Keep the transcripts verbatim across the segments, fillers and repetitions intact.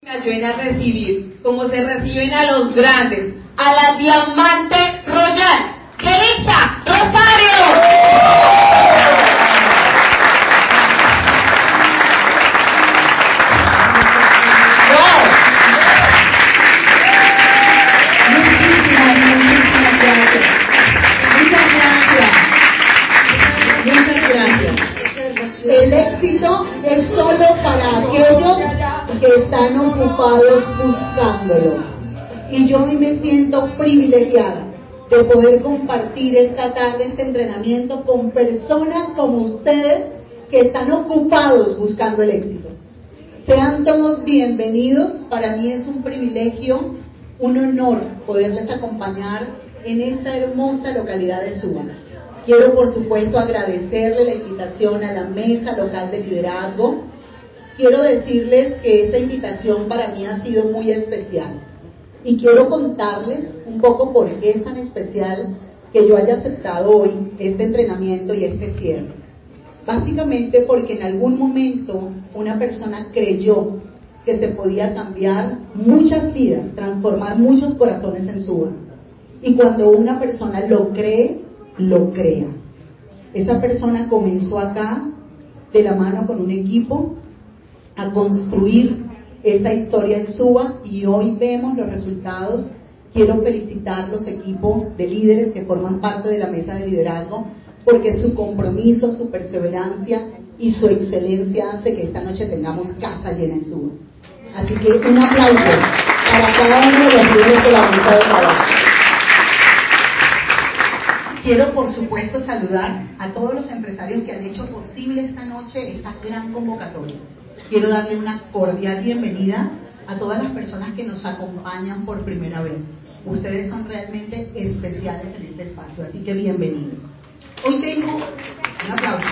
Me ayuden a recibir, como se reciben a los grandes, a la Diamante Royal, Yelitza Rosario. El éxito es solo para aquellos que están ocupados buscándolo. Y yo hoy me siento privilegiada de poder compartir esta tarde este entrenamiento con personas como ustedes que están ocupados buscando el éxito. Sean todos bienvenidos. Para mí es un privilegio, un honor poderles acompañar en esta hermosa localidad de Suba. Quiero, por supuesto, agradecerle la invitación a la Mesa Local de Liderazgo. Quiero decirles que esta invitación para mí ha sido muy especial. Y quiero contarles un poco por qué es tan especial que yo haya aceptado hoy este entrenamiento y este cierre. Básicamente porque en algún momento una persona creyó que se podía cambiar muchas vidas, transformar muchos corazones en Suba. Y cuando una persona lo cree, lo crea. Esa persona comenzó acá de la mano con un equipo a construir esta historia en Suba y hoy vemos los resultados. Quiero felicitar los equipos de líderes que forman parte de la mesa de liderazgo porque su compromiso, su perseverancia y su excelencia hace que esta noche tengamos casa llena en Suba. Así que un aplauso para cada uno de los líderes de la mesa de trabajo. Quiero, por supuesto, saludar a todos los empresarios que han hecho posible esta noche, esta gran convocatoria. Quiero darle una cordial bienvenida a todas las personas que nos acompañan por primera vez. Ustedes son realmente especiales en este espacio, así que bienvenidos. Hoy tengo un aplauso.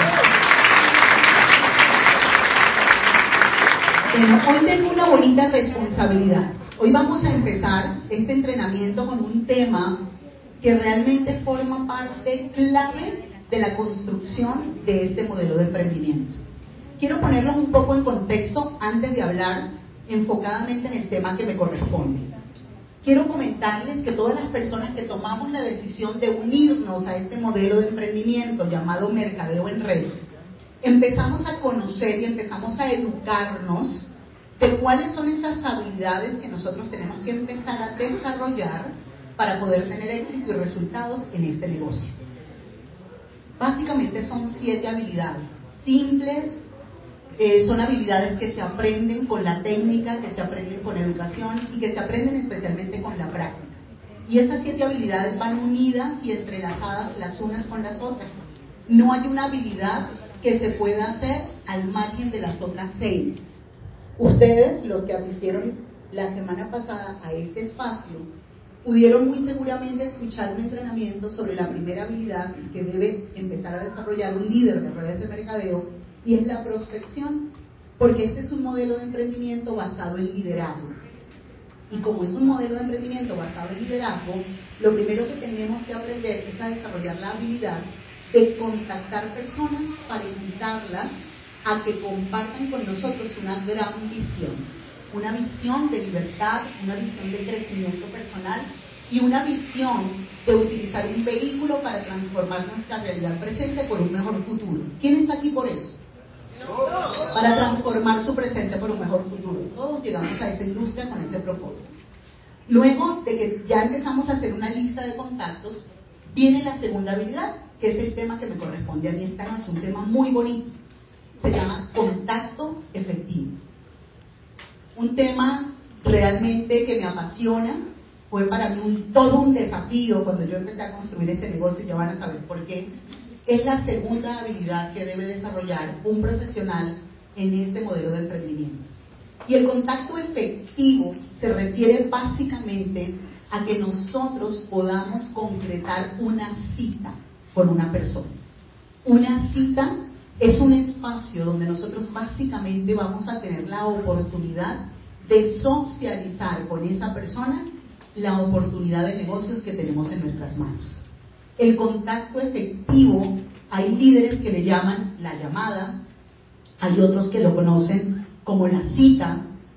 Bueno, hoy tengo una bonita responsabilidad. Hoy vamos a empezar este entrenamiento con un tema que realmente forma parte clave de la construcción de este modelo de emprendimiento. Quiero ponerlos un poco en contexto antes de hablar enfocadamente en el tema que me corresponde. Quiero comentarles que todas las personas que tomamos la decisión de unirnos a este modelo de emprendimiento llamado mercadeo en red, empezamos a conocer y empezamos a educarnos de cuáles son esas habilidades que nosotros tenemos que empezar a desarrollar para poder tener éxito y resultados en este negocio. Básicamente son siete habilidades simples, eh, son habilidades que se aprenden con la técnica, que se aprenden con educación y que se aprenden especialmente con la práctica. Y esas siete habilidades van unidas y entrelazadas las unas con las otras. No hay una habilidad que se pueda hacer al margen de las otras seis. Ustedes, los que asistieron la semana pasada a este espacio, pudieron muy seguramente escuchar un entrenamiento sobre la primera habilidad que debe empezar a desarrollar un líder de redes de mercadeo, y es la prospección, porque este es un modelo de emprendimiento basado en liderazgo. Y como es un modelo de emprendimiento basado en liderazgo, lo primero que tenemos que aprender es a desarrollar la habilidad de contactar personas para invitarlas a que compartan con nosotros una gran visión. Una visión de libertad, una visión de crecimiento personal y una visión de utilizar un vehículo para transformar nuestra realidad presente por un mejor futuro. ¿Quién está aquí por eso? Para transformar su presente por un mejor futuro. Todos llegamos a esa industria con ese propósito. Luego de que ya empezamos a hacer una lista de contactos, viene la segunda habilidad, que es el tema que me corresponde a mí esta noche, un tema muy bonito. Se llama contacto efectivo. Un tema realmente que me apasiona, fue para mí un, todo un desafío cuando yo empecé a construir este negocio, y ya van a saber por qué. Es la segunda habilidad que debe desarrollar un profesional en este modelo de emprendimiento. Y el contacto efectivo se refiere básicamente a que nosotros podamos concretar una cita con una persona. Una cita es un espacio donde nosotros básicamente vamos a tener la oportunidad de socializar con esa persona la oportunidad de negocios que tenemos en nuestras manos. El contacto efectivo, hay líderes que le llaman la llamada, hay otros que lo conocen como la cita,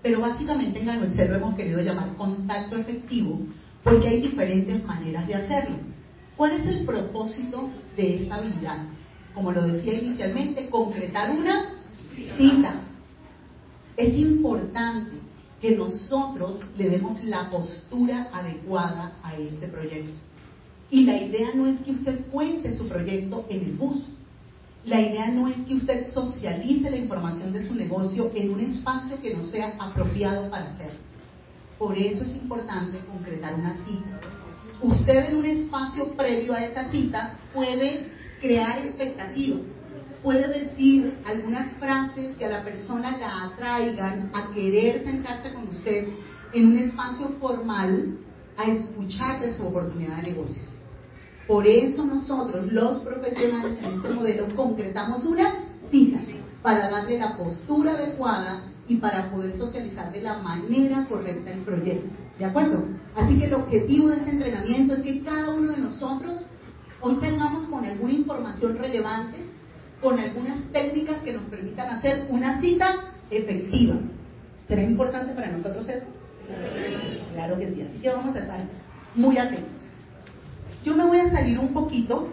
pero básicamente en Gano Excel lo hemos querido llamar contacto efectivo porque hay diferentes maneras de hacerlo. ¿Cuál es el propósito de esta habilidad? Como lo decía inicialmente, concretar una cita. Es importante que nosotros le demos la postura adecuada a este proyecto. Y la idea no es que usted cuente su proyecto en el bus. La idea no es que usted socialice la información de su negocio en un espacio que no sea apropiado para hacerlo. Por eso es importante concretar una cita. Usted en un espacio previo a esa cita puede crear expectativas, puede decir algunas frases que a la persona la atraigan a querer sentarse con usted en un espacio formal a escuchar de su oportunidad de negocios. Por eso nosotros, los profesionales en este modelo, concretamos una cita para darle la postura adecuada y para poder socializar de la manera correcta el proyecto. ¿De acuerdo? Así que el objetivo de este entrenamiento es que cada uno de nosotros hoy salgamos con alguna información relevante, con algunas técnicas que nos permitan hacer una cita efectiva. ¿Será importante para nosotros eso? Claro que sí, así que vamos a estar muy atentos. Yo me voy a salir un poquito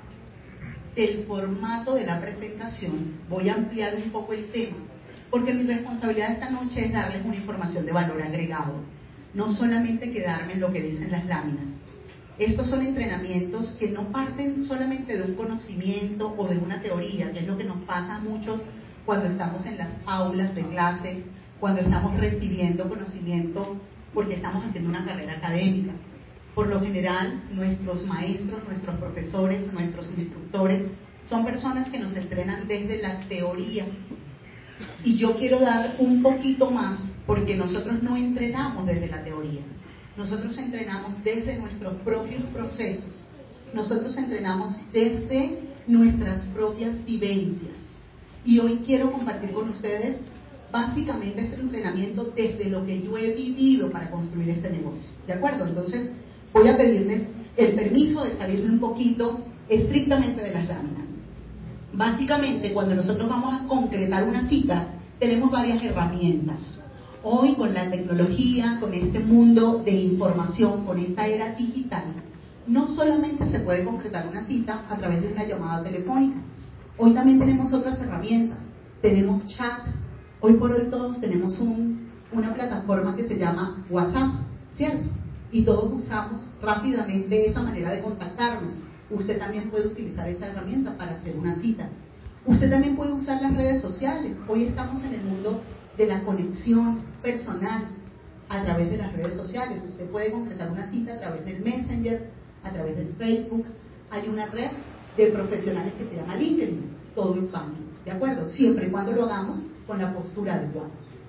del formato de la presentación, voy a ampliar un poco el tema, porque mi responsabilidad esta noche es darles una información de valor agregado, no solamente quedarme en lo que dicen las láminas. Estos son entrenamientos que no parten solamente de un conocimiento o de una teoría, que es lo que nos pasa a muchos cuando estamos en las aulas de clase, cuando estamos recibiendo conocimiento porque estamos haciendo una carrera académica. Por lo general, nuestros maestros, nuestros profesores, nuestros instructores son personas que nos entrenan desde la teoría. Y yo quiero dar un poquito más porque nosotros no entrenamos desde la teoría. Nosotros entrenamos desde nuestros propios procesos. Nosotros entrenamos desde nuestras propias vivencias. Y hoy quiero compartir con ustedes básicamente este entrenamiento desde lo que yo he vivido para construir este negocio. ¿De acuerdo? Entonces, voy a pedirles el permiso de salirme un poquito estrictamente de las láminas. Básicamente, cuando nosotros vamos a concretar una cita, tenemos varias herramientas. Hoy, con la tecnología, con este mundo de información, con esta era digital, no solamente se puede concretar una cita a través de una llamada telefónica. Hoy también tenemos otras herramientas. Tenemos chat. Hoy por hoy todos tenemos un, una plataforma que se llama WhatsApp, ¿cierto? Y todos usamos rápidamente esa manera de contactarnos. Usted también puede utilizar esta herramienta para hacer una cita. Usted también puede usar las redes sociales. Hoy estamos en el mundo de la conexión personal a través de las redes sociales. Usted puede concretar una cita a través del Messenger, a través del Facebook. Hay una red de profesionales que se llama LinkedIn. Todo es válido, ¿de acuerdo? Siempre y cuando lo hagamos con la postura adecuada.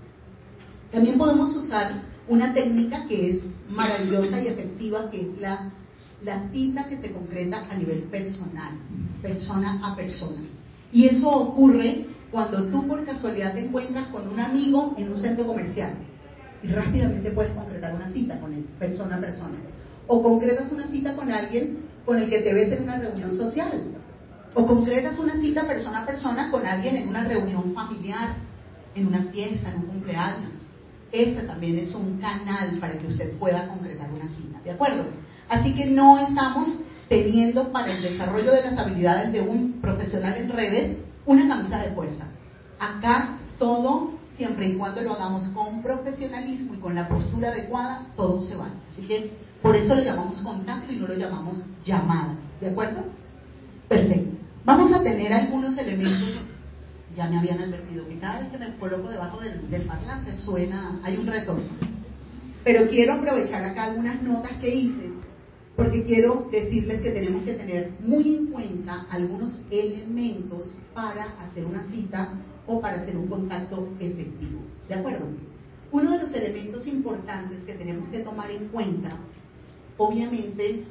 También podemos usar una técnica que es maravillosa y efectiva, que es la, la cita que se concreta a nivel personal, persona a persona. Y eso ocurre cuando tú por casualidad te encuentras con un amigo en un centro comercial y rápidamente puedes concretar una cita con él, persona a persona. O concretas una cita con alguien con el que te ves en una reunión social. O concretas una cita persona a persona con alguien en una reunión familiar, en una fiesta, en un cumpleaños. Ese también es un canal para que usted pueda concretar una cita, ¿de acuerdo? Así que no estamos teniendo para el desarrollo de las habilidades de un profesional en redes una camisa de fuerza. Acá todo, siempre y cuando lo hagamos con profesionalismo y con la postura adecuada, todo se vale. Así que por eso lo llamamos contacto y no lo llamamos llamada, ¿de acuerdo? Perfecto. Vamos a tener algunos elementos. Ya me habían advertido que cada vez que me coloco debajo del, del parlante suena, hay un retorno. Pero quiero aprovechar acá algunas notas que hice, porque quiero decirles que tenemos que tener muy en cuenta algunos elementos para hacer una cita o para hacer un contacto efectivo. ¿De acuerdo? Uno de los elementos importantes que tenemos que tomar en cuenta, obviamente,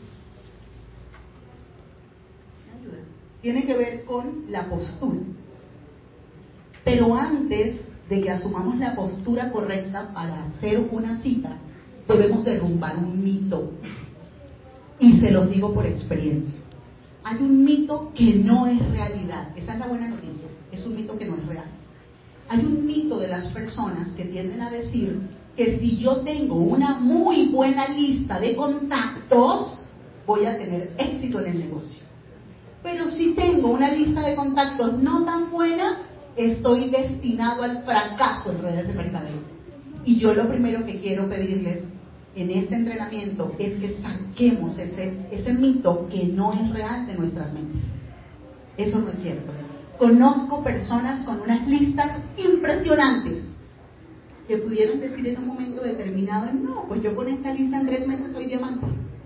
tiene que ver con la postura. Pero antes de que asumamos la postura correcta para hacer una cita, debemos derrumbar un mito. Y se los digo por experiencia. Hay un mito que no es realidad. Esa es la buena noticia. Es un mito que no es real. Hay un mito de las personas que tienden a decir que si yo tengo una muy buena lista de contactos, voy a tener éxito en el negocio. Pero si tengo una lista de contactos no tan buena, estoy destinado al fracaso en redes de mercadeo. Y yo lo primero que quiero pedirles en este entrenamiento es que saquemos ese, ese mito que no es real de nuestras mentes. Eso no es cierto. Conozco personas con unas listas impresionantes que pudieron decir en un momento determinado, no, pues yo con esta lista en tres meses soy diamante.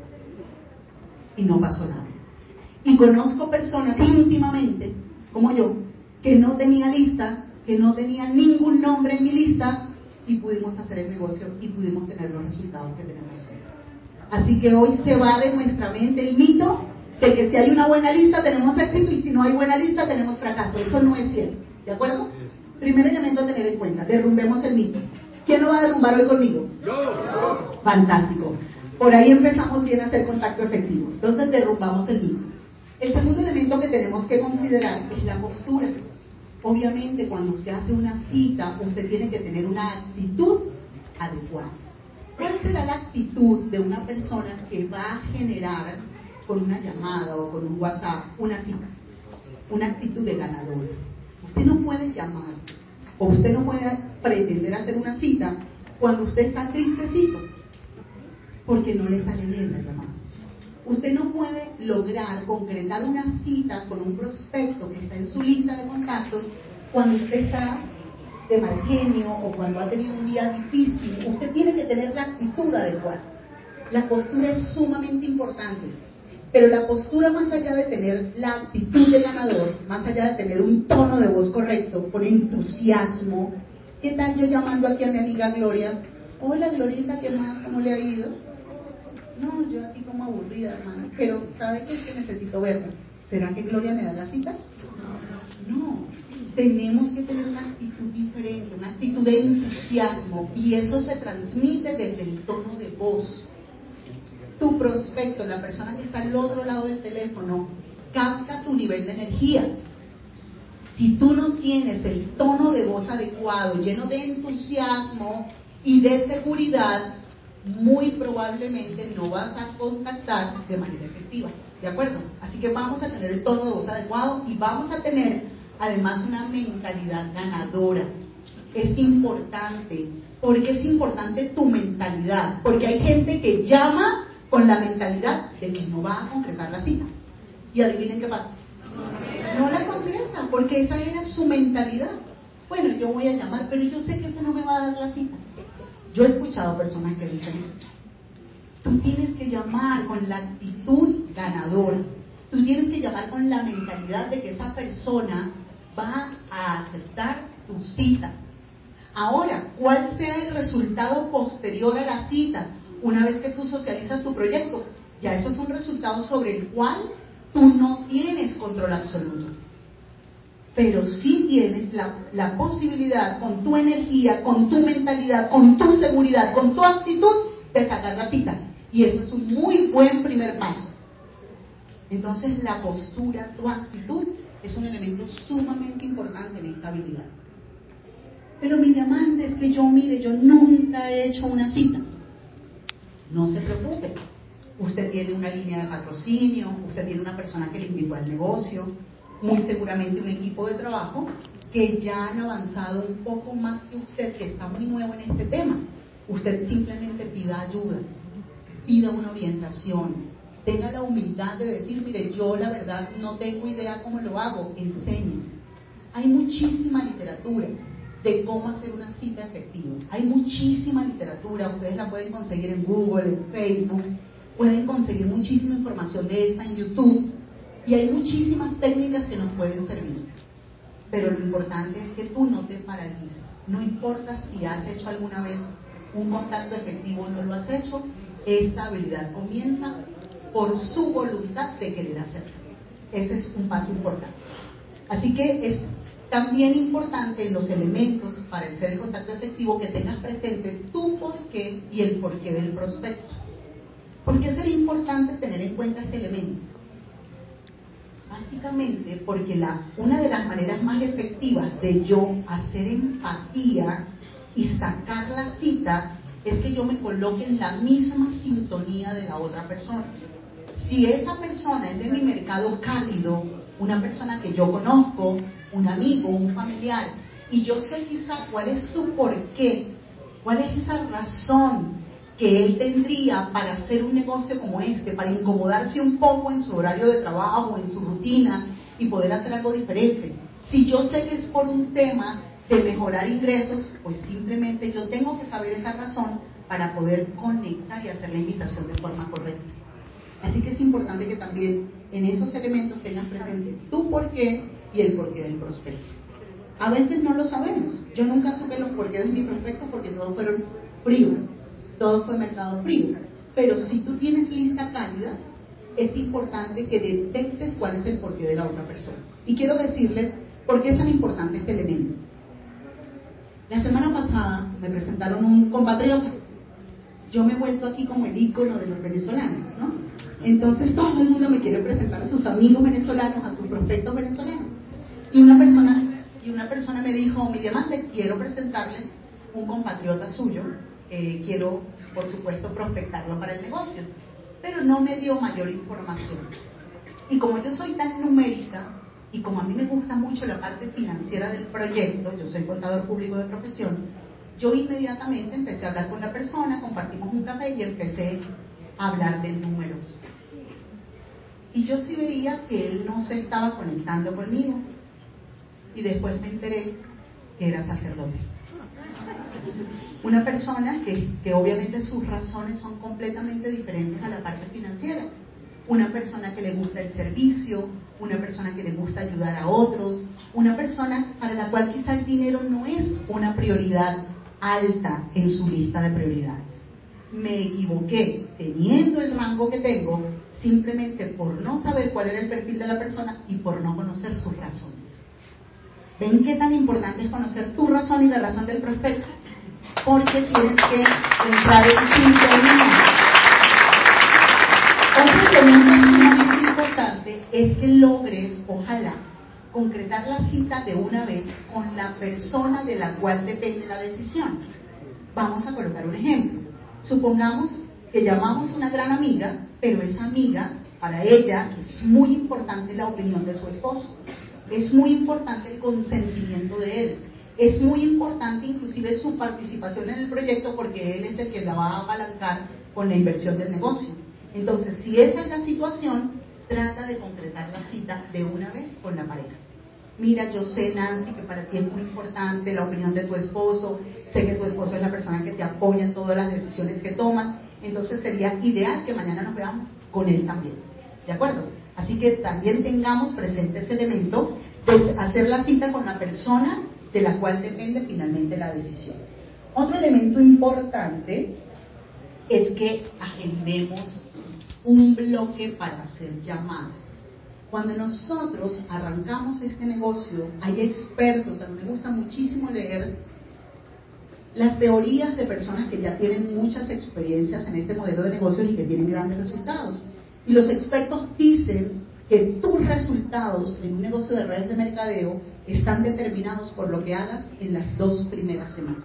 Y no pasó nada. Y conozco personas íntimamente, como yo, que no tenía lista, que no tenía ningún nombre en mi lista, y pudimos hacer el negocio y pudimos tener los resultados que tenemos hoy. Así que hoy se va de nuestra mente el mito de que si hay una buena lista tenemos éxito y si no hay buena lista tenemos fracaso. Eso no es cierto, ¿de acuerdo? Primer elemento a tener en cuenta, derrumbemos el mito. ¿Quién lo va a derrumbar hoy conmigo? Yo. Fantástico. Por ahí empezamos bien a hacer contacto efectivo. Entonces derrumbamos el mito. El segundo elemento que tenemos que considerar es la postura. Obviamente, cuando usted hace una cita, usted tiene que tener una actitud adecuada. ¿Cuál será la actitud de una persona que va a generar con una llamada o con un WhatsApp una cita? Una actitud de ganador. Usted no puede llamar o usted no puede pretender hacer una cita cuando usted está tristecito, porque no le sale bien la llamada. Usted no puede lograr concretar una cita con un prospecto que está en su lista de contactos cuando usted está de mal genio o cuando ha tenido un día difícil. Usted tiene que tener la actitud adecuada. La postura es sumamente importante, pero la postura, más allá de tener la actitud de ganador, más allá de tener un tono de voz correcto, con entusiasmo. ¿Qué tal yo llamando aquí a mi amiga Gloria? Hola Glorita, ¿qué más? ¿Cómo le ha ido? No, yo aquí como aburrida, hermana, pero ¿sabe qué? Es que necesito verla. ¿Será que Gloria me da la cita? No, tenemos que tener una actitud diferente, una actitud de entusiasmo, y eso se transmite desde el tono de voz. Tu prospecto, la persona que está al otro lado del teléfono, capta tu nivel de energía. Si tú no tienes el tono de voz adecuado, lleno de entusiasmo y de seguridad, muy probablemente no vas a contactar de manera efectiva, ¿de acuerdo? Así que vamos a tener el tono de voz adecuado y vamos a tener además una mentalidad ganadora. Es importante. ¿Por qué es importante tu mentalidad? Porque hay gente que llama con la mentalidad de que no va a concretar la cita. Y adivinen qué pasa. No la concreta, porque esa era su mentalidad. Bueno, yo voy a llamar, pero yo sé que ese no me va a dar la cita. Yo he escuchado personas que dicen, tú tienes que llamar con la actitud ganadora, tú tienes que llamar con la mentalidad de que esa persona va a aceptar tu cita. Ahora, ¿cuál sea el resultado posterior a la cita? Una vez que tú socializas tu proyecto, ya eso es un resultado sobre el cual tú no tienes control absoluto. Pero sí tienes la, la posibilidad, con tu energía, con tu mentalidad, con tu seguridad, con tu actitud, de sacar la cita. Y eso es un muy buen primer paso. Entonces la postura, tu actitud, es un elemento sumamente importante en esta habilidad. Pero mi diamante, es que yo, mire, yo nunca he hecho una cita. No se preocupe. Usted tiene una línea de patrocinio, usted tiene una persona que le invitó al negocio, muy seguramente un equipo de trabajo que ya han avanzado un poco más que usted, que está muy nuevo en este tema. Usted simplemente pida ayuda, pida una orientación, tenga la humildad de decir, mire, yo la verdad no tengo idea cómo lo hago, enseñe. Hay muchísima literatura de cómo hacer una cita efectiva. Hay muchísima literatura, ustedes la pueden conseguir en Google, en Facebook, pueden conseguir muchísima información de esta en YouTube. Y hay muchísimas técnicas que nos pueden servir. Pero lo importante es que tú no te paralices. No importa si has hecho alguna vez un contacto efectivo o no lo has hecho, esta habilidad comienza por su voluntad de querer hacerlo. Ese es un paso importante. Así que es también importante en los elementos para hacer el contacto efectivo que tengas presente tu porqué y el porqué del prospecto. ¿Por qué sería importante tener en cuenta este elemento? Básicamente porque la, una de las maneras más efectivas de yo hacer empatía y sacar la cita es que yo me coloque en la misma sintonía de la otra persona. Si esa persona es de mi mercado cálido, una persona que yo conozco, un amigo, un familiar, y yo sé quizá cuál es su porqué, cuál es esa razón que él tendría para hacer un negocio como este, para incomodarse un poco en su horario de trabajo, en su rutina y poder hacer algo diferente. Si yo sé que es por un tema de mejorar ingresos, pues simplemente yo tengo que saber esa razón para poder conectar y hacer la invitación de forma correcta. Así que es importante que también en esos elementos tengas presente tu porqué y el porqué del prospecto. A veces no lo sabemos. Yo nunca supe los porqués de mi prospecto porque todos fueron fríos. Todo fue mercado frío. Pero si tú tienes lista cálida, es importante que detectes cuál es el porqué de la otra persona. Y quiero decirles por qué es tan importante este elemento. La semana pasada me presentaron un compatriota. Yo me he vuelto aquí como el ícono de los venezolanos, ¿no? Entonces todo el mundo me quiere presentar a sus amigos venezolanos, a sus prospectos venezolanos. Y una persona, y una persona me dijo, mi diamante, quiero presentarle un compatriota suyo. Eh, quiero, por supuesto, prospectarlo para el negocio, pero no me dio mayor información. Y como yo soy tan numérica, y como a mí me gusta mucho la parte financiera del proyecto, yo soy contador público de profesión, yo inmediatamente empecé a hablar con la persona, compartimos un café y empecé a hablar de números. Y yo sí veía que él no se estaba conectando conmigo. Y después me enteré que era sacerdote. Una persona que, que obviamente sus razones son completamente diferentes a la parte financiera. Una persona que le gusta el servicio, una persona que le gusta ayudar a otros, una persona para la cual quizá el dinero no es una prioridad alta en su lista de prioridades. Me equivoqué teniendo el rango que tengo simplemente por no saber cuál era el perfil de la persona y por no conocer sus razones. ¿Ven qué tan importante es conocer tu razón y la razón del prospecto? Porque tienes que entrar en sintonía. Otro elemento sumamente importante es que logres, ojalá, concretar la cita de una vez con la persona de la cual depende la decisión. Vamos a colocar un ejemplo. Supongamos que llamamos a una gran amiga, pero esa amiga, para ella, es muy importante la opinión de su esposo. Es muy importante el consentimiento de él. Es muy importante inclusive su participación en el proyecto porque él es el que la va a apalancar con la inversión del negocio. Entonces, si esa es la situación, trata de concretar la cita de una vez con la pareja. Mira, yo sé, Nancy, que para ti es muy importante la opinión de tu esposo. Sé que tu esposo es la persona que te apoya en todas las decisiones que tomas. Entonces sería ideal que mañana nos veamos con él también. ¿De acuerdo? Así que también tengamos presente ese elemento de hacer la cita con la persona de la cual depende finalmente la decisión. Otro elemento importante es que agendemos un bloque para hacer llamadas. Cuando nosotros arrancamos este negocio, hay expertos, a mí me gusta muchísimo leer las teorías de personas que ya tienen muchas experiencias en este modelo de negocios y que tienen grandes resultados. Y los expertos dicen que tus resultados en un negocio de redes de mercadeo están determinados por lo que hagas en las dos primeras semanas.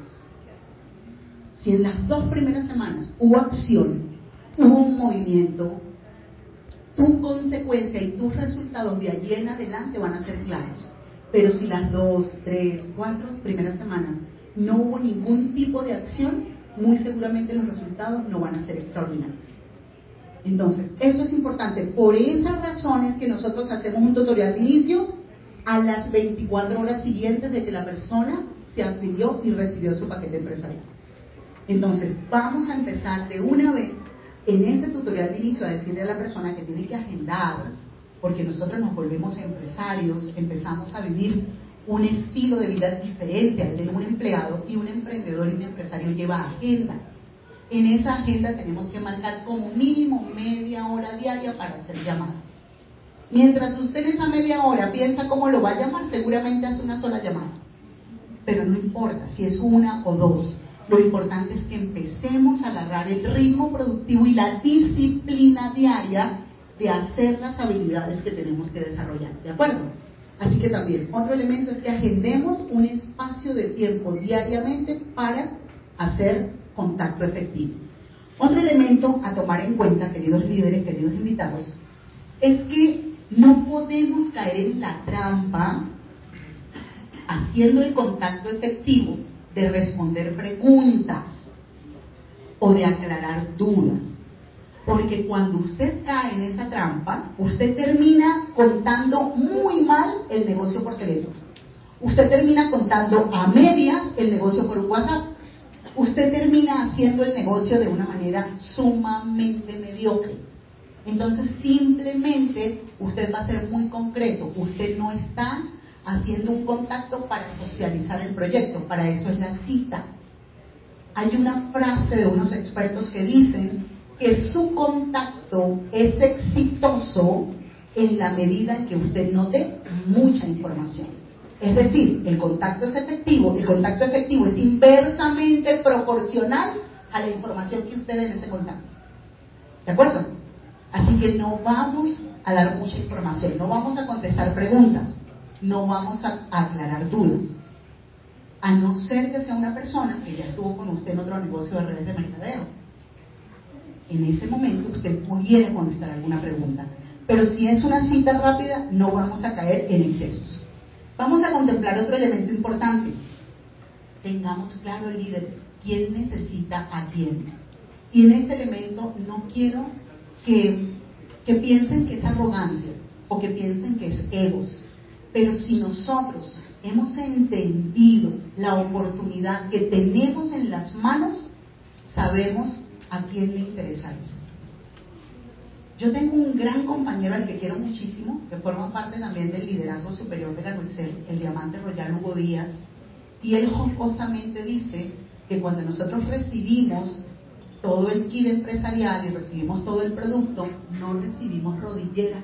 Si en las dos primeras semanas hubo acción, hubo un movimiento, tu consecuencia y tus resultados de allí en adelante van a ser claros. Pero si las dos, tres, cuatro primeras semanas no hubo ningún tipo de acción, muy seguramente los resultados no van a ser extraordinarios. Entonces, eso es importante. Por esas razones que nosotros hacemos un tutorial de inicio a las veinticuatro horas siguientes de que la persona se afilió y recibió su paquete empresarial. Entonces, vamos a empezar de una vez en ese tutorial de inicio a decirle a la persona que tiene que agendar, porque nosotros nos volvemos empresarios, empezamos a vivir un estilo de vida diferente al de un empleado, y un emprendedor y un empresario lleva agenda. En esa agenda tenemos que marcar como mínimo media hora diaria para hacer llamadas. Mientras usted en esa media hora piensa cómo lo va a llamar, seguramente hace una sola llamada. Pero no importa si es una o dos. Lo importante es que empecemos a agarrar el ritmo productivo y la disciplina diaria de hacer las habilidades que tenemos que desarrollar, ¿de acuerdo? Así que también, otro elemento es que agendemos un espacio de tiempo diariamente para hacer contacto efectivo. Otro elemento a tomar en cuenta, queridos líderes, queridos invitados, es que no podemos caer en la trampa, haciendo el contacto efectivo, de responder preguntas o de aclarar dudas. Porque cuando usted cae en esa trampa, usted termina contando muy mal el negocio por teléfono. Usted termina contando a medias el negocio por un WhatsApp. Usted termina haciendo el negocio de una manera sumamente mediocre. Entonces, simplemente usted va a ser muy concreto. Usted no está haciendo un contacto para socializar el proyecto. Para eso es la cita. Hay una frase de unos expertos que dicen que su contacto es exitoso en la medida en que usted no dé mucha información. Es decir, el contacto es efectivo, el contacto efectivo es inversamente proporcional a la información que usted dé en ese contacto. ¿De acuerdo? Así que no vamos a dar mucha información, no vamos a contestar preguntas, no vamos a aclarar dudas, a no ser que sea una persona que ya estuvo con usted en otro negocio de redes de mercadeo. En ese momento usted pudiera contestar alguna pregunta, pero si es una cita rápida, no vamos a caer en excesos. Vamos a contemplar otro elemento importante. Tengamos claro, líderes, quién necesita a quién. Y en este elemento no quiero que, que piensen que es arrogancia o que piensen que es egos, pero si nosotros hemos entendido la oportunidad que tenemos en las manos, sabemos a quién le interesa eso. Yo tengo un gran compañero al que quiero muchísimo, que forma parte también del liderazgo superior de la Nuixel, el Diamante Royal Hugo Díaz, y él jocosamente dice que cuando nosotros recibimos todo el kit empresarial y recibimos todo el producto, no recibimos rodilleras.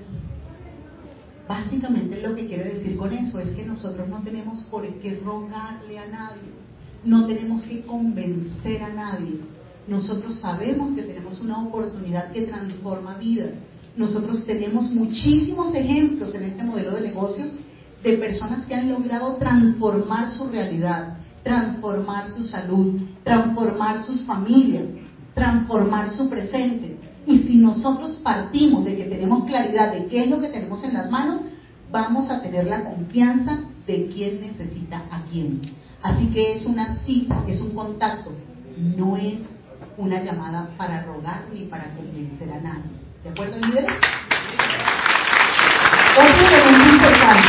Básicamente lo que quiere decir con eso es que nosotros no tenemos por qué rogarle a nadie, no tenemos que convencer a nadie. Nosotros sabemos que tenemos una oportunidad que transforma vidas. Nosotros tenemos muchísimos ejemplos en este modelo de negocios de personas que han logrado transformar su realidad, transformar su salud, transformar sus familias, transformar su presente. Y si nosotros partimos de que tenemos claridad de qué es lo que tenemos en las manos, vamos a tener la confianza de quién necesita a quién. Así que es una cita, es un contacto, no es una llamada para rogar ni para convencer a nadie. ¿De acuerdo, líderes? Otro elemento importante: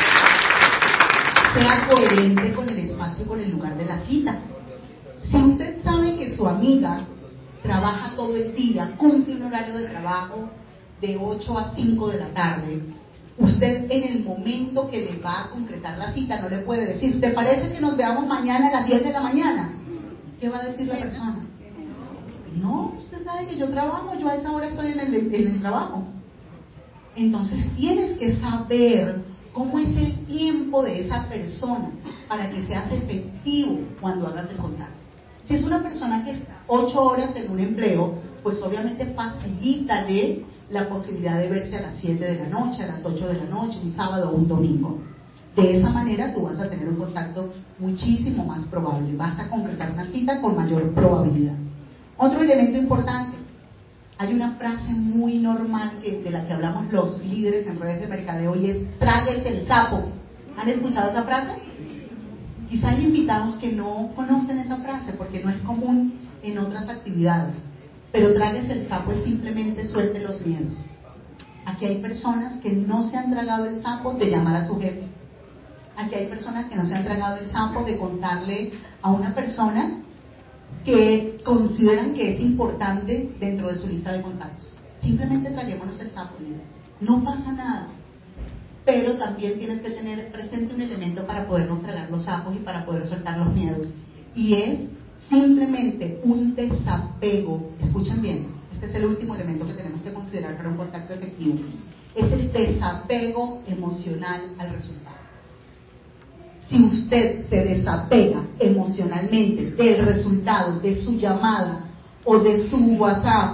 sea coherente con el espacio y con el lugar de la cita. Si usted sabe que su amiga trabaja todo el día, cumple un horario de trabajo de ocho a cinco de la tarde, usted en el momento que le va a concretar la cita no le puede decir, ¿te parece que nos veamos mañana a las diez de la mañana? ¿Qué va a decir la persona? No, usted sabe que yo trabajo, yo a esa hora estoy en el, en el trabajo. Entonces tienes que saber cómo es el tiempo de esa persona para que seas efectivo cuando hagas el contacto. Si es una persona que está ocho horas en un empleo, pues obviamente facilítale la posibilidad de verse a las siete de la noche, a las ocho de la noche, un sábado o un domingo. De esa manera tú vas a tener un contacto muchísimo más probable, vas a concretar una cita con mayor probabilidad. Otro elemento importante: hay una frase muy normal que, de la que hablamos los líderes en redes de mercadeo, y es tráguese el sapo. ¿Han escuchado esa frase? Quizá hay invitados que no conocen esa frase porque no es común en otras actividades, pero tráguese el sapo es simplemente suelte los miedos. Aquí hay personas que no se han tragado el sapo de llamar a su jefe. Aquí hay personas que no se han tragado el sapo de contarle a una persona que consideran que es importante dentro de su lista de contactos. Simplemente traguémonos el sapo, líderes. No pasa nada. Pero también tienes que tener presente un elemento para podernos tragar los sapos y para poder soltar los miedos. Y es simplemente un desapego. Escuchen bien, este es el último elemento que tenemos que considerar para un contacto efectivo. Es el desapego emocional al resultado. Si usted se desapega emocionalmente del resultado de su llamada o de su WhatsApp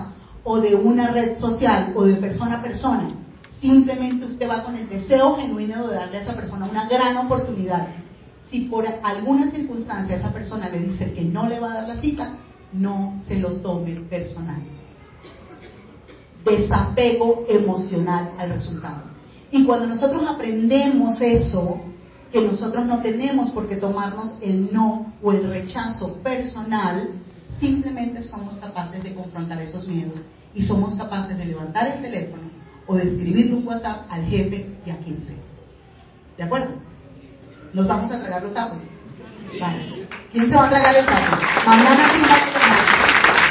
o de una red social o de persona a persona. Simplemente usted va con el deseo genuino de darle a esa persona una gran oportunidad. Si por alguna circunstancia esa persona le dice que no le va a dar la cita, no se lo tome personal. Desapego emocional al resultado. Y cuando nosotros aprendemos eso, que nosotros no tenemos por qué tomarnos el no o el rechazo personal, simplemente somos capaces de confrontar esos miedos y somos capaces de levantar el teléfono o de escribirle un WhatsApp al jefe y a quien sea. ¿De acuerdo? ¿Nos vamos a tragar los sapos? Vale. ¿Quién se va a tragar el sapo? Mañana sí va a tragar.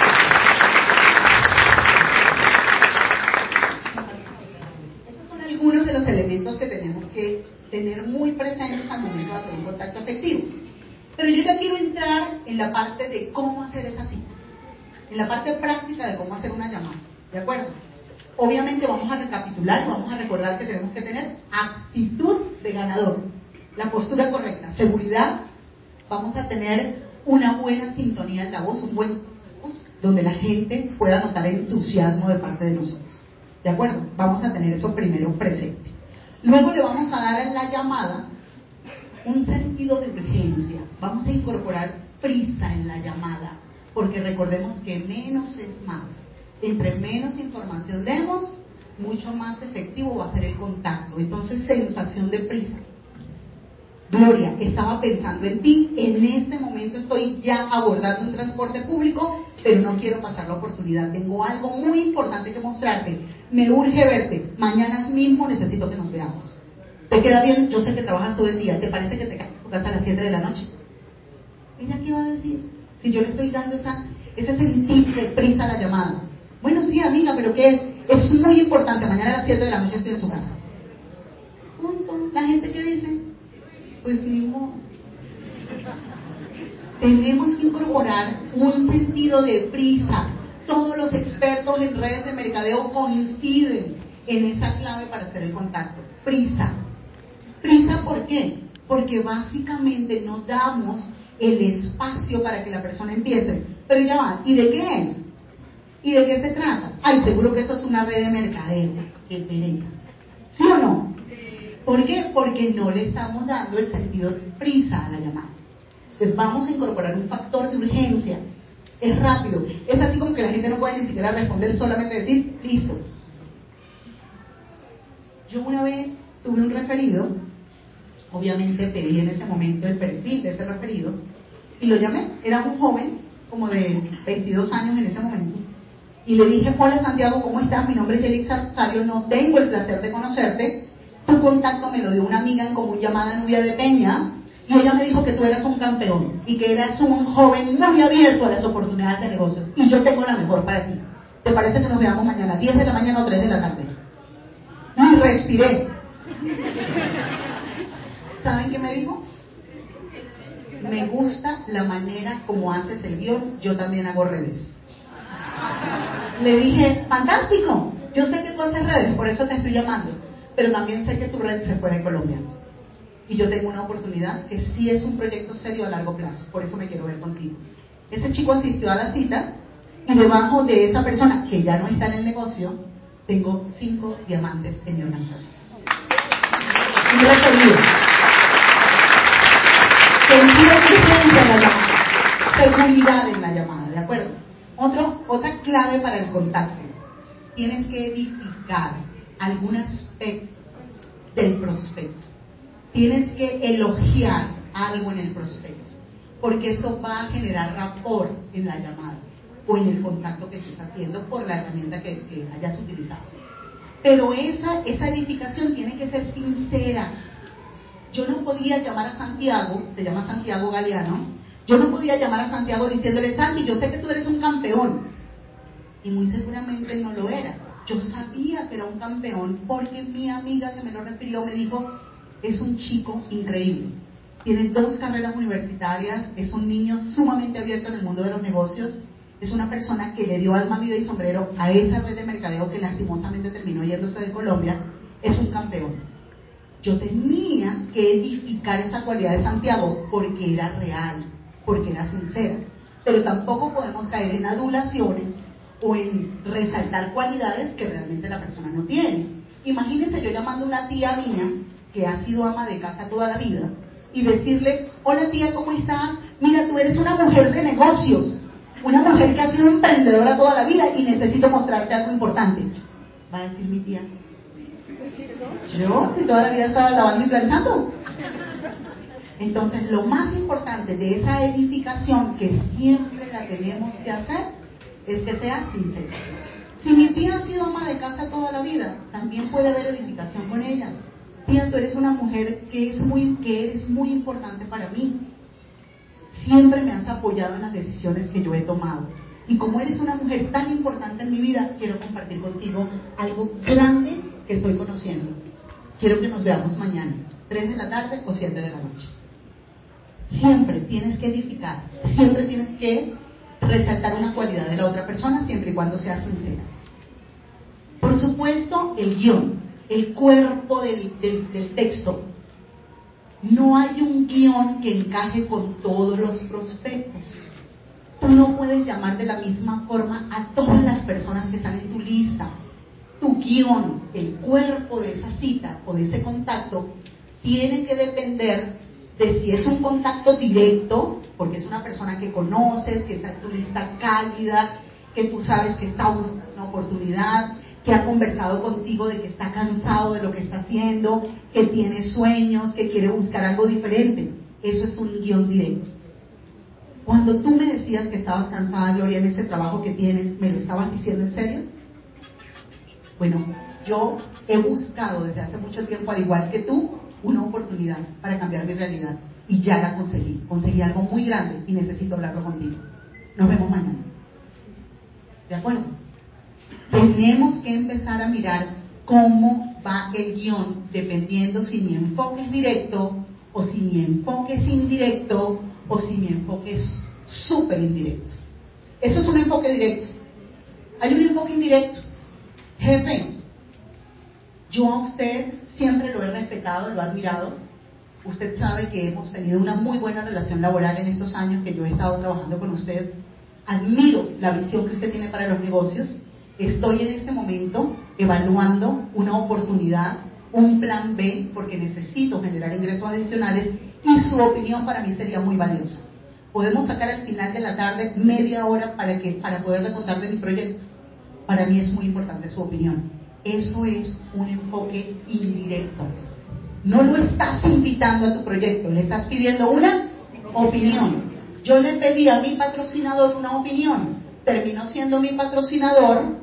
Esos son algunos de los elementos que tenemos que tener muy presentes al momento de hacer un contacto afectivo. Pero yo ya quiero entrar en la parte de cómo hacer esa cita, en la parte práctica de cómo hacer una llamada. ¿De acuerdo? Obviamente vamos a recapitular y vamos a recordar que tenemos que tener actitud de ganador, la postura correcta, seguridad, vamos a tener una buena sintonía en la voz, un buen voz, donde la gente pueda notar entusiasmo de parte de nosotros. ¿De acuerdo? Vamos a tener eso primero presente. Luego le vamos a dar en la llamada un sentido de urgencia. Vamos a incorporar prisa en la llamada, porque recordemos que menos es más. Entre menos información demos, mucho más efectivo va a ser el contacto. Entonces, sensación de prisa. Gloria, estaba pensando en ti, en este momento estoy ya abordando un transporte público, pero no quiero pasar la oportunidad. Tengo algo muy importante que mostrarte. Me urge verte. Mañana mismo necesito que nos veamos. ¿Te queda bien? Yo sé que trabajas todo el día. ¿Te parece que te quedas en tu casa a las siete de la noche? ¿Ella qué va a decir? Si yo le estoy dando esa, ese sentir de prisa a la llamada. Bueno, sí, amiga, pero ¿qué es? Es muy importante. Mañana a las siete de la noche estoy en su casa. Punto. La gente que dice, pues ni modo. Tenemos que incorporar un sentido de prisa. Todos los expertos en redes de mercadeo coinciden en esa clave para hacer el contacto. Prisa. ¿Prisa por qué? Porque básicamente no damos el espacio para que la persona empiece. Pero ya va, ¿y de qué es? ¿Y de qué se trata? Ay, seguro que eso es una red de mercadeo. Qué pereza. ¿Sí o no? ¿Por qué? Porque no le estamos dando el sentido de prisa a la llamada. Entonces vamos a incorporar un factor de urgencia. Es rápido. Es así como que la gente no puede ni siquiera responder, solamente decir, listo. Yo una vez tuve un referido, obviamente pedí en ese momento el perfil de ese referido, y lo llamé. Era un joven, como de veintidós años en ese momento, y le dije, hola Santiago, ¿cómo estás? Mi nombre es Yelixa Rosario, no tengo el placer de conocerte. Tu contacto me lo dio una amiga en común llamada Nubia de Peña, y ella me dijo que tú eras un campeón, y que eras un joven muy abierto a las oportunidades de negocios, y yo tengo la mejor para ti. ¿Te parece que nos veamos mañana, diez de la mañana o tres de la tarde? Y respiré. ¿Saben qué me dijo? Me gusta la manera como haces el guión, yo también hago redes. Le dije, fantástico, yo sé que tú haces redes, por eso te estoy llamando, pero también sé que tu red se puede en Colombia. Y yo tengo una oportunidad que sí es un proyecto serio a largo plazo, por eso me quiero ver contigo. Ese chico asistió a la cita y debajo de esa persona, que ya no está en el negocio, tengo cinco diamantes en mi organización. Un referido. Sentido de urgencia en la llamada. Seguridad en la llamada, ¿de acuerdo? Otro, otra clave para el contacto. Tienes que edificar algún aspecto del prospecto. Tienes que elogiar algo en el prospecto, porque eso va a generar rapport en la llamada o en el contacto que estés haciendo por la herramienta que, que hayas utilizado. Pero esa, esa edificación tiene que ser sincera. Yo no podía llamar a Santiago, se llama Santiago Galeano, yo no podía llamar a Santiago diciéndole, Santi, yo sé que tú eres un campeón. Y muy seguramente no lo era. Yo sabía que era un campeón porque mi amiga que me lo refirió me dijo, es un chico increíble. Tiene dos carreras universitarias, es un niño sumamente abierto en el mundo de los negocios, es una persona que le dio alma, vida y sombrero a esa red de mercadeo que lastimosamente terminó yéndose de Colombia, es un campeón. Yo tenía que edificar esa cualidad de Santiago porque era real, porque era sincera. Pero tampoco podemos caer en adulaciones o en resaltar cualidades que realmente la persona no tiene. Imagínense yo llamando a una tía mía que ha sido ama de casa toda la vida y decirle: hola tía, ¿cómo estás? Mira, tú eres una mujer de negocios, una mujer que ha sido emprendedora toda la vida y necesito mostrarte algo importante. Va a decir mi tía: yo, si toda la vida estaba lavando y planchando. Entonces, lo más importante de esa edificación, que siempre la tenemos que hacer, es que sea sincera. Si mi tía ha sido ama de casa toda la vida, también puede haber edificación con ella. Tía, tú eres una mujer que, es muy, que eres muy importante para mí. Siempre me has apoyado en las decisiones que yo he tomado. Y como eres una mujer tan importante en mi vida, quiero compartir contigo algo grande que estoy conociendo. Quiero que nos veamos mañana, tres de la tarde o siete de la noche. Siempre tienes que edificar, siempre tienes que resaltar una cualidad de la otra persona, siempre y cuando sea sincera. Por supuesto, el guión, el cuerpo del, del, del texto. No hay un guión que encaje con todos los prospectos. Tú no puedes llamar de la misma forma a todas las personas que están en tu lista. Tu guión, el cuerpo de esa cita o de ese contacto, tiene que depender de si es un contacto directo, porque es una persona que conoces, que está en tu lista cálida, que tú sabes que está buscando una oportunidad, que ha conversado contigo de que está cansado de lo que está haciendo, que tiene sueños, que quiere buscar algo diferente. Eso es un guión directo. Cuando tú me decías que estabas cansada, Gloria, en ese trabajo que tienes, ¿me lo estabas diciendo en serio? Bueno, yo he buscado desde hace mucho tiempo, al igual que tú, una oportunidad para cambiar mi realidad. Y ya la conseguí. Conseguí algo muy grande y necesito hablarlo contigo. Nos vemos mañana. ¿De acuerdo? Tenemos que empezar a mirar cómo va el guión, dependiendo si mi enfoque es directo, o si mi enfoque es indirecto, o si mi enfoque es súper indirecto. Eso es un enfoque directo. Hay un enfoque indirecto. Jefe, yo a usted siempre lo he respetado, lo he admirado. Usted sabe que hemos tenido una muy buena relación laboral en estos años que yo he estado trabajando con usted. Admiro la visión que usted tiene para los negocios. Estoy en este momento evaluando una oportunidad, un plan B, porque necesito generar ingresos adicionales y su opinión para mí sería muy valiosa. Podemos sacar al final de la tarde media hora para, que, para poderle contar de mi proyecto. Para mí es muy importante su opinión. Eso es un enfoque indirecto. No lo estás invitando a tu proyecto, le estás pidiendo una opinión. Yo le pedí a mi patrocinador una opinión, terminó siendo mi patrocinador,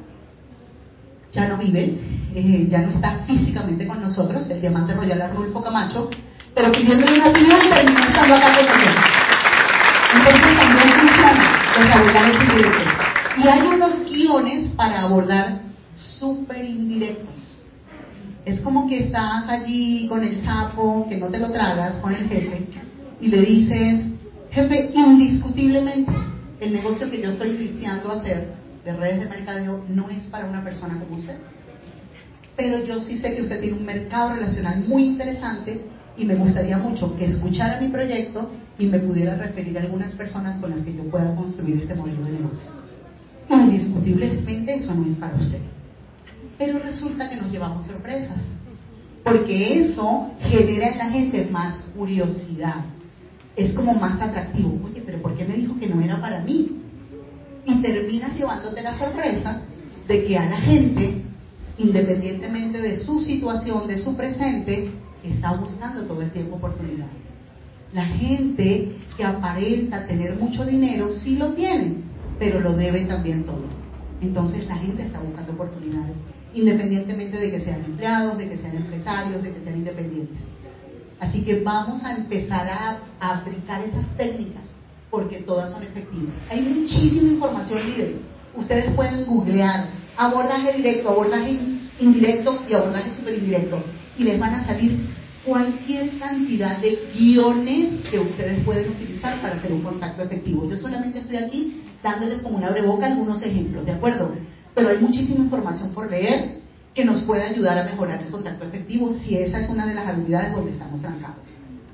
ya no vive, eh, ya no está físicamente con nosotros, el Diamante Royal Arnulfo Camacho, pero pidiéndole una opinión terminó estando acá con nosotros. Entonces también funciona los abordajes indirectos. Y hay unos guiones para abordar súper indirectos. Es como que estás allí con el sapo, que no te lo tragas, con el jefe, y le dices: jefe, indiscutiblemente, el negocio que yo estoy iniciando a hacer de redes de mercadeo no es para una persona como usted. Pero yo sí sé que usted tiene un mercado relacional muy interesante y me gustaría mucho que escuchara mi proyecto y me pudiera referir a algunas personas con las que yo pueda construir este modelo de negocio. Indiscutiblemente eso no es para usted. Pero resulta que nos llevamos sorpresas, porque eso genera en la gente más curiosidad. Es como más atractivo. Oye, pero ¿por qué me dijo que no era para mí? Y terminas llevándote la sorpresa de que a la gente, independientemente de su situación, de su presente, está buscando todo el tiempo oportunidades. La gente que aparenta tener mucho dinero sí lo tiene, pero lo debe también todo. Entonces la gente está buscando oportunidades, independientemente de que sean empleados, de que sean empresarios, de que sean independientes. Así que vamos a empezar a, a aplicar esas técnicas, porque todas son efectivas. Hay muchísima información, líderes. Ustedes pueden googlear abordaje directo, abordaje indirecto y abordaje super indirecto, y les van a salir cualquier cantidad de guiones que ustedes pueden utilizar para hacer un contacto efectivo. Yo solamente estoy aquí dándoles como un abreboca algunos ejemplos, ¿de acuerdo? Pero hay muchísima información por leer que nos puede ayudar a mejorar el contacto efectivo si esa es una de las habilidades donde estamos trancados.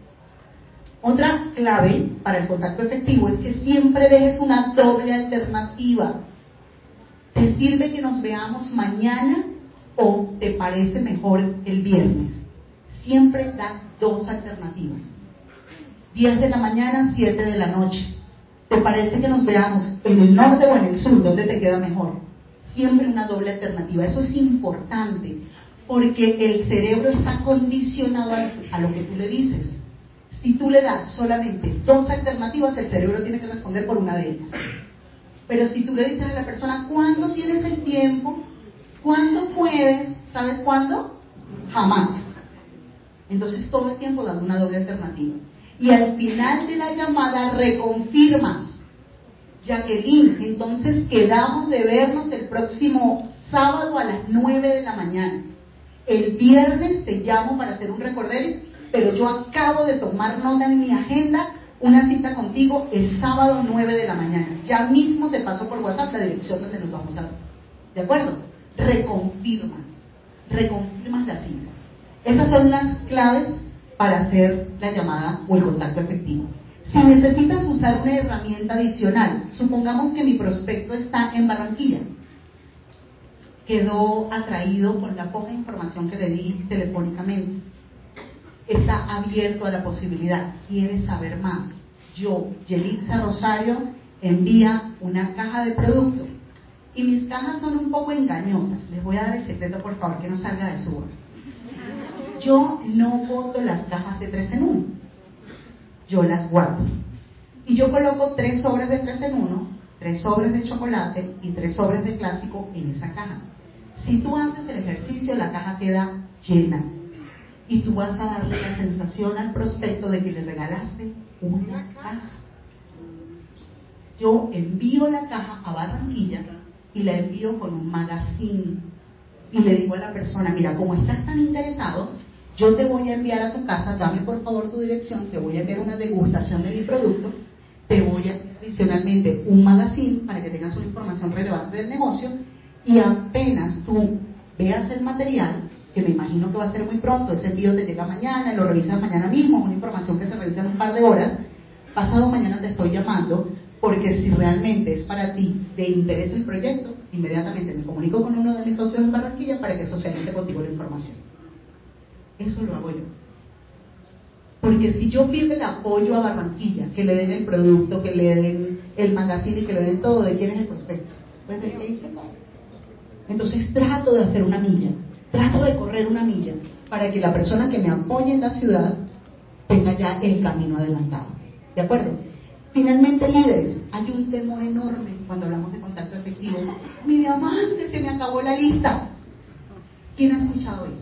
Otra clave para el contacto efectivo es que siempre dejes una doble alternativa. ¿Te sirve que nos veamos mañana o te parece mejor el viernes? Siempre da dos alternativas. diez de la mañana, siete de la noche. ¿Te parece que nos veamos en el norte o en el sur? ¿Dónde te queda mejor? Siempre una doble alternativa. Eso es importante porque el cerebro está condicionado a lo que tú le dices. Si tú le das solamente dos alternativas, el cerebro tiene que responder por una de ellas. Pero si tú le dices a la persona, ¿cuándo tienes el tiempo? ¿Cuándo puedes? ¿Sabes cuándo? Jamás. Entonces todo el tiempo dando una doble alternativa. Y al final de la llamada reconfirmas, Jacqueline, entonces quedamos de vernos el próximo sábado a las nueve de la mañana. El viernes te llamo para hacer un recorderis, pero yo acabo de tomar nota en mi agenda, una cita contigo el sábado nueve de la mañana. Ya mismo te paso por WhatsApp la dirección donde nos vamos a ver. ¿De acuerdo? Reconfirmas, reconfirmas la cita. Esas son las claves para hacer la llamada o el contacto efectivo. Si necesitas usar una herramienta adicional, supongamos que mi prospecto está en Barranquilla, quedó atraído con la poca información que le di telefónicamente, está abierto a la posibilidad, quiere saber más. Yo, Yelitza Rosario, envía una caja de producto y mis cajas son un poco engañosas. Les voy a dar el secreto, por favor, que no salga de su boca. Yo no boto las cajas de tres en uno, yo las guardo y yo coloco tres sobres de tres en uno, tres sobres de chocolate y tres sobres de clásico en esa caja. Si tú haces el ejercicio, la caja queda llena y tú vas a darle la sensación al prospecto de que le regalaste una caja. Yo envío la caja a Barranquilla y la envío con un magazine y le digo a la persona, mira, como estás tan interesado, yo te voy a enviar a tu casa, dame por favor tu dirección, te voy a enviar una degustación de mi producto, te voy a enviar adicionalmente un magazine para que tengas una información relevante del negocio, y apenas tú veas el material, que me imagino que va a ser muy pronto, ese envío te llega mañana, lo revisas mañana mismo, es una información que se revisa en un par de horas, pasado mañana te estoy llamando, porque si realmente es para ti de interés el proyecto, inmediatamente me comunico con uno de mis socios en Barranquilla para que socialice contigo la información. Eso lo hago yo. Porque si yo pido el apoyo a Barranquilla, que le den el producto, que le den el magazine y que le den todo, ¿de quién es el prospecto? Pues del que hice todo. Entonces trato de hacer una milla, trato de correr una milla para que la persona que me apoye en la ciudad tenga ya el camino adelantado. ¿De acuerdo? Finalmente, líderes, hay un temor enorme cuando hablamos de contacto efectivo. Mi diamante, se me acabó la lista. ¿Quién ha escuchado eso?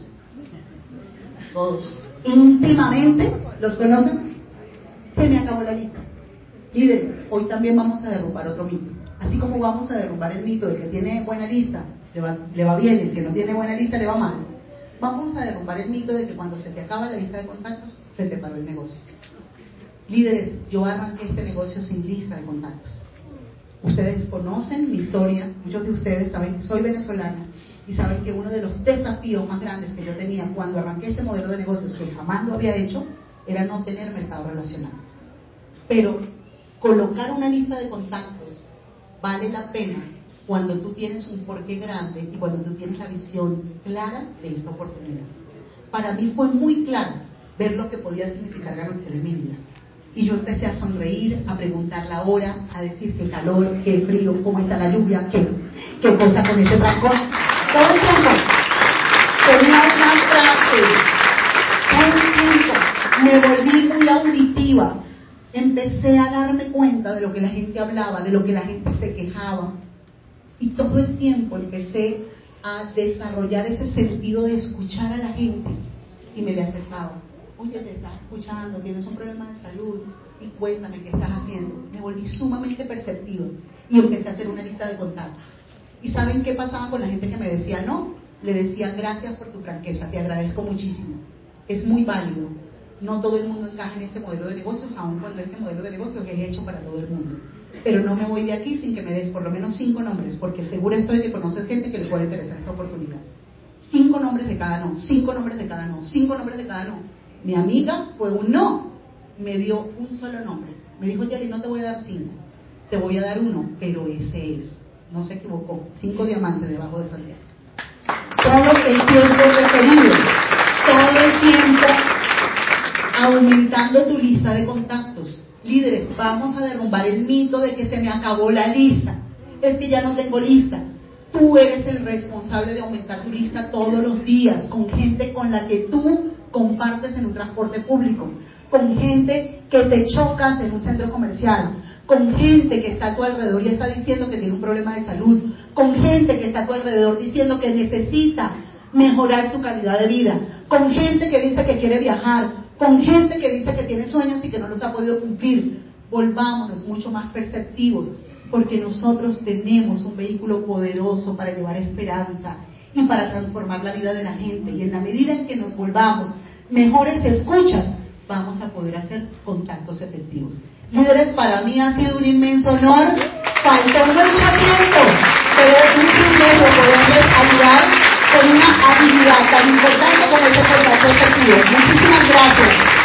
Todos. Íntimamente, ¿los conocen? Se me acabó la lista. Líderes, hoy también vamos a derrumbar otro mito. Así como vamos a derrumbar el mito de que tiene buena lista, le va, le va bien, y el que no tiene buena lista, le va mal. Vamos a derrumbar el mito de que cuando se te acaba la lista de contactos, se te paró el negocio. Líderes, yo arranqué este negocio sin lista de contactos. Ustedes conocen mi historia, muchos de ustedes saben que soy venezolana y saben que uno de los desafíos más grandes que yo tenía cuando arranqué este modelo de negocios, que jamás lo había hecho, era no tener mercado relacional. Pero colocar una lista de contactos vale la pena cuando tú tienes un porqué grande y cuando tú tienes la visión clara de esta oportunidad. Para mí fue muy claro ver lo que podía significar Garrochel en mi vida. Y yo empecé a sonreír, a preguntar la hora, a decir qué calor, qué frío, cómo está la lluvia, qué, qué cosa con ese trancón. Todo el tiempo tenía una frase, todo el tiempo me volví muy auditiva. Empecé a darme cuenta de lo que la gente hablaba, de lo que la gente se quejaba. Y todo el tiempo empecé a desarrollar ese sentido de escuchar a la gente. Y me le acercaba. Oye, te estás escuchando, tienes un problema de salud, y cuéntame qué estás haciendo. Me volví sumamente perceptivo y empecé a hacer una lista de contactos. ¿Y saben qué pasaba con la gente que me decía no? Le decía, gracias por tu franqueza, te agradezco muchísimo. Es muy válido. No todo el mundo encaja en este modelo de negocios, aun cuando este modelo de negocios es hecho para todo el mundo. Pero no me voy de aquí sin que me des por lo menos cinco nombres, porque seguro estoy de conocer gente que le puede interesar esta oportunidad. Cinco nombres de cada no, cinco nombres de cada no, cinco nombres de cada no. Mi amiga fue un no, me dio un solo nombre. Me dijo, Yali, no te voy a dar cinco, te voy a dar uno, pero ese es. no se equivocó, cinco diamantes debajo de Santiago. Todo el tiempo referido, todo el tiempo aumentando tu lista de contactos. Líderes, vamos a derrumbar el mito de que se me acabó la lista, es que ya no tengo lista. Tú eres el responsable de aumentar tu lista todos los días, con gente con la que tú compartes en un transporte público, con gente que te chocas en un centro comercial, con gente que está a tu alrededor y está diciendo que tiene un problema de salud, con gente que está a tu alrededor diciendo que necesita mejorar su calidad de vida, con gente que dice que quiere viajar, con gente que dice que tiene sueños y que no los ha podido cumplir. Volvámonos mucho más perceptivos, porque nosotros tenemos un vehículo poderoso para llevar esperanza y para transformar la vida de la gente, y en la medida en que nos volvamos mejores escuchas, vamos a poder hacer contactos efectivos. Líderes, para mí ha sido un inmenso honor, faltó mucho tiempo, pero es un privilegio poderles ayudar con una habilidad tan importante como ese contacto efectivo. Muchísimas gracias.